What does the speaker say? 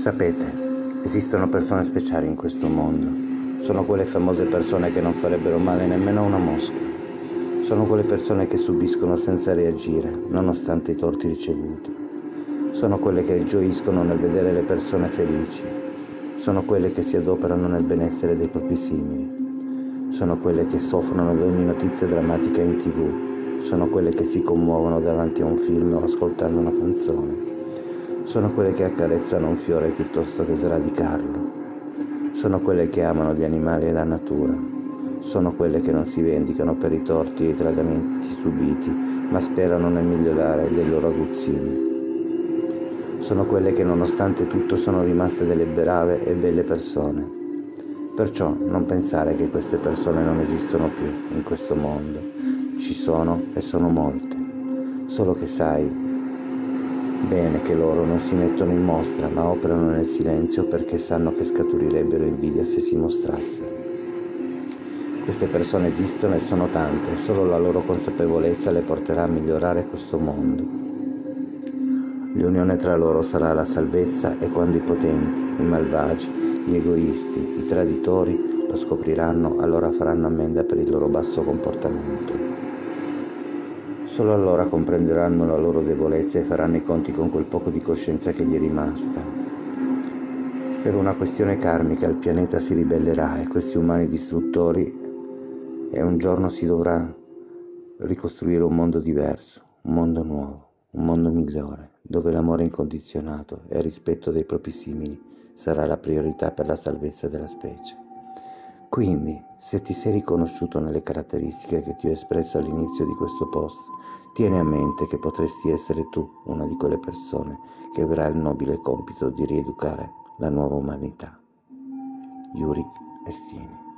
Sapete, esistono persone speciali in questo mondo. Sono quelle famose persone che non farebbero male nemmeno a una mosca. Sono quelle persone che subiscono senza reagire, nonostante i torti ricevuti. Sono quelle che gioiscono nel vedere le persone felici. Sono quelle che si adoperano nel benessere dei propri simili. Sono quelle che soffrono di ogni notizia drammatica in TV. Sono quelle che si commuovono davanti a un film o ascoltando una canzone. Sono quelle che accarezzano un fiore piuttosto che sradicarlo. Sono quelle che amano gli animali e la natura. Sono quelle che non si vendicano per i torti e i tradimenti subiti, ma sperano nel migliorare dei loro aguzzini. Sono quelle che nonostante tutto sono rimaste delle brave e belle persone. Perciò non pensare che queste persone non esistono più in questo mondo. Ci sono e sono molte. Solo che sai bene che loro non si mettono in mostra, ma operano nel silenzio perché sanno che scaturirebbero invidia se si mostrassero. Queste persone esistono e sono tante, e solo la loro consapevolezza le porterà a migliorare questo mondo. L'unione tra loro sarà la salvezza e quando i potenti, i malvagi, gli egoisti, i traditori lo scopriranno, allora faranno ammenda per il loro basso comportamento. Solo allora comprenderanno la loro debolezza e faranno i conti con quel poco di coscienza che gli è rimasta. Per una questione karmica il pianeta si ribellerà e questi umani distruttori e un giorno si dovrà ricostruire un mondo diverso, un mondo nuovo, un mondo migliore, dove l'amore incondizionato e il rispetto dei propri simili sarà la priorità per la salvezza della specie. Quindi, se ti sei riconosciuto nelle caratteristiche che ti ho espresso all'inizio di questo post, tieni a mente che potresti essere tu una di quelle persone che avrà il nobile compito di rieducare la nuova umanità. Yuri Estini.